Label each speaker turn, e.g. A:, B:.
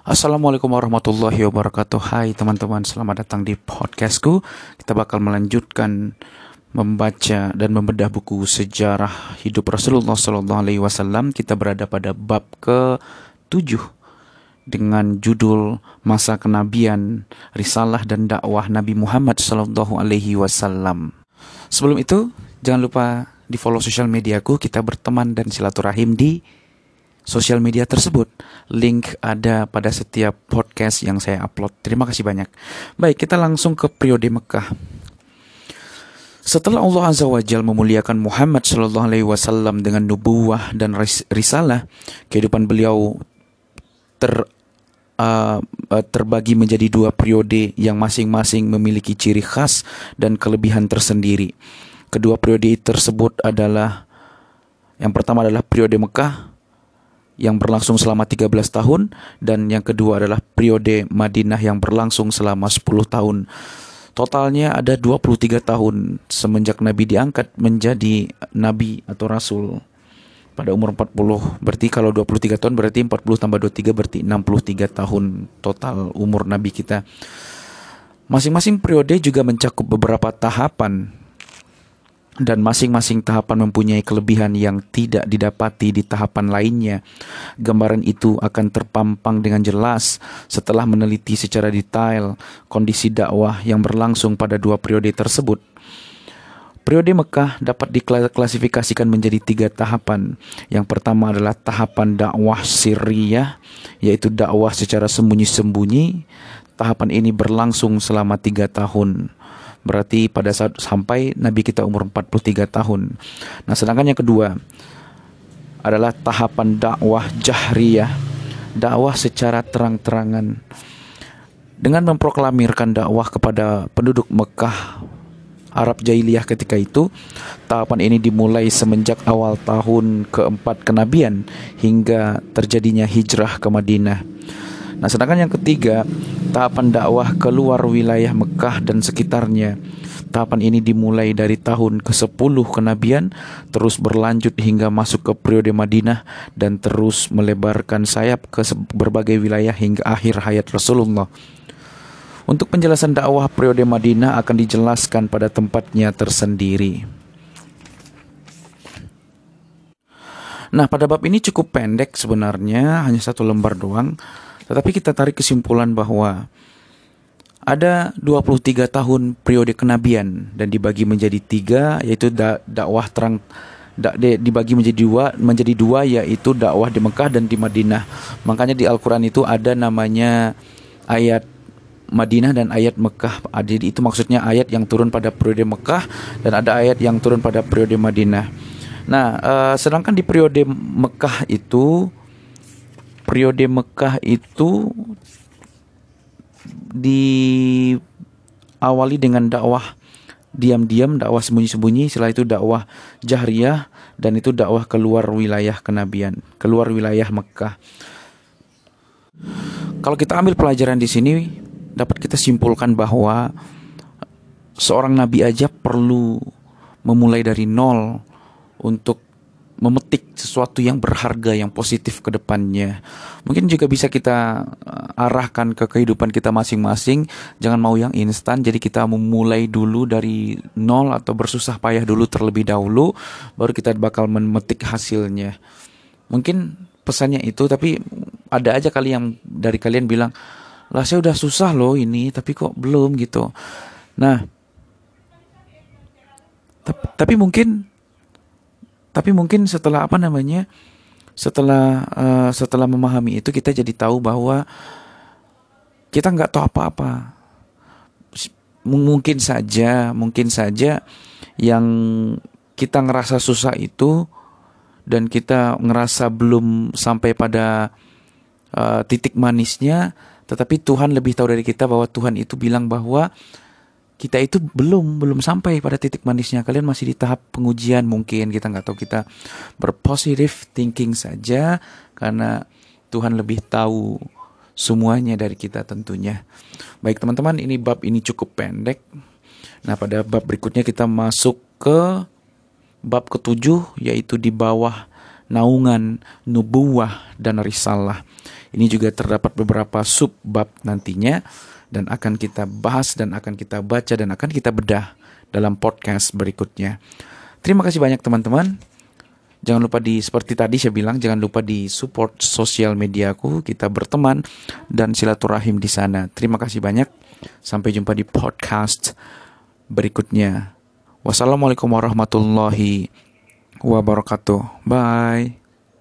A: Assalamualaikum warahmatullahi wabarakatuh. Hai teman-teman, selamat datang di podcastku. Kita bakal melanjutkan membaca dan membedah buku sejarah hidup Rasulullah SAW. Kita berada pada bab ke-7 dengan judul Masa Kenabian, Risalah dan Dakwah Nabi Muhammad SAW. Sebelum itu, jangan lupa di follow sosial mediaku. Kita berteman dan silaturahim di sosial media tersebut. Link ada pada setiap podcast yang saya upload. Terima kasih banyak. Baik, kita langsung ke periode Mekah. Setelah Allah Azza wa Jalla memuliakan Muhammad SAW dengan nubuwah dan risalah, kehidupan beliau terbagi menjadi dua periode yang masing-masing memiliki ciri khas dan kelebihan tersendiri. Kedua periode tersebut adalah, yang pertama adalah periode Mekah yang berlangsung selama 13 tahun, dan yang kedua adalah periode Madinah yang berlangsung selama 10 tahun. Totalnya ada 23 tahun semenjak Nabi diangkat menjadi Nabi atau Rasul pada umur 40. Berarti kalau 23 tahun berarti 40 tambah 23 berarti 63 tahun total umur Nabi kita. Masing-masing periode juga mencakup beberapa tahapan, dan masing-masing tahapan mempunyai kelebihan yang tidak didapati di tahapan lainnya. Gambaran itu akan terpampang dengan jelas setelah meneliti secara detail kondisi dakwah yang berlangsung pada dua periode tersebut. Periode Mekah dapat diklasifikasikan menjadi 3 tahapan. Yang pertama adalah tahapan dakwah sirriyah, yaitu dakwah secara sembunyi-sembunyi. Tahapan ini berlangsung selama 3 tahun. Berarti pada saat sampai Nabi kita umur 43 tahun. Nah, sedangkan yang kedua adalah tahapan dakwah jahriyah, dakwah secara terang-terangan, dengan memproklamirkan dakwah kepada penduduk Mekah Arab Jahiliyah ketika itu. Tahapan ini dimulai semenjak awal tahun keempat kenabian hingga terjadinya hijrah ke Madinah. Nah, sedangkan yang ketiga, tahapan dakwah keluar wilayah Mekah dan sekitarnya. Tahapan ini dimulai dari tahun ke-10 kenabian, terus berlanjut hingga masuk ke periode Madinah, dan terus melebarkan sayap ke berbagai wilayah hingga akhir hayat Rasulullah. Untuk penjelasan dakwah periode Madinah akan dijelaskan pada tempatnya tersendiri. Nah, pada bab ini cukup pendek sebenarnya, hanya 1 lembar doang. Tetapi kita tarik kesimpulan bahwa ada 23 tahun periode kenabian dan dibagi menjadi 3, yaitu dakwah terang, dibagi menjadi dua, yaitu dakwah di Mekah dan di Madinah. Makanya di Al-Quran itu ada namanya ayat Madinah dan ayat Mekah. Jadi itu maksudnya ayat yang turun pada periode Mekah dan ada ayat yang turun pada periode Madinah. Nah, sedangkan di periode Mekah diawali dengan dakwah diam-diam, dakwah sembunyi-sembunyi. Setelah itu dakwah jahriyah, dan itu dakwah keluar wilayah kenabian, keluar wilayah Mekah. Kalau kita ambil pelajaran di sini, dapat kita simpulkan bahwa seorang nabi aja perlu memulai dari nol untuk memetik sesuatu yang berharga, yang positif ke depannya. Mungkin juga bisa kita arahkan ke kehidupan kita masing-masing. Jangan mau yang instan, jadi kita memulai dulu dari nol atau bersusah payah dulu terlebih dahulu, baru kita bakal memetik hasilnya. Mungkin pesannya itu, tapi ada aja kali yang dari kalian bilang, lah saya udah susah loh ini, tapi kok belum gitu. Nah, tapi mungkin setelah setelah memahami itu, kita jadi tahu bahwa kita nggak tahu apa-apa. Mungkin saja yang kita ngerasa susah itu, dan kita ngerasa belum sampai pada titik manisnya, tetapi Tuhan lebih tahu dari kita bahwa Tuhan itu bilang bahwa kita itu belum sampai pada titik manisnya. Kalian masih di tahap pengujian mungkin. Kita nggak tahu, kita berpositive thinking saja, karena Tuhan lebih tahu semuanya dari kita tentunya. Baik teman-teman, ini bab ini cukup pendek. Nah, pada bab berikutnya kita masuk ke bab ke-7, yaitu di bawah naungan, nubuwah, dan risalah. Ini juga terdapat beberapa subbab nantinya dan akan kita bahas dan akan kita baca dan akan kita bedah dalam podcast berikutnya. Terima kasih banyak teman-teman. Jangan lupa seperti tadi saya bilang, jangan lupa di support sosial mediaku, kita berteman dan silaturahim di sana. Terima kasih banyak. Sampai jumpa di podcast berikutnya. Wassalamualaikum warahmatullahi wabarakatuh. Bye.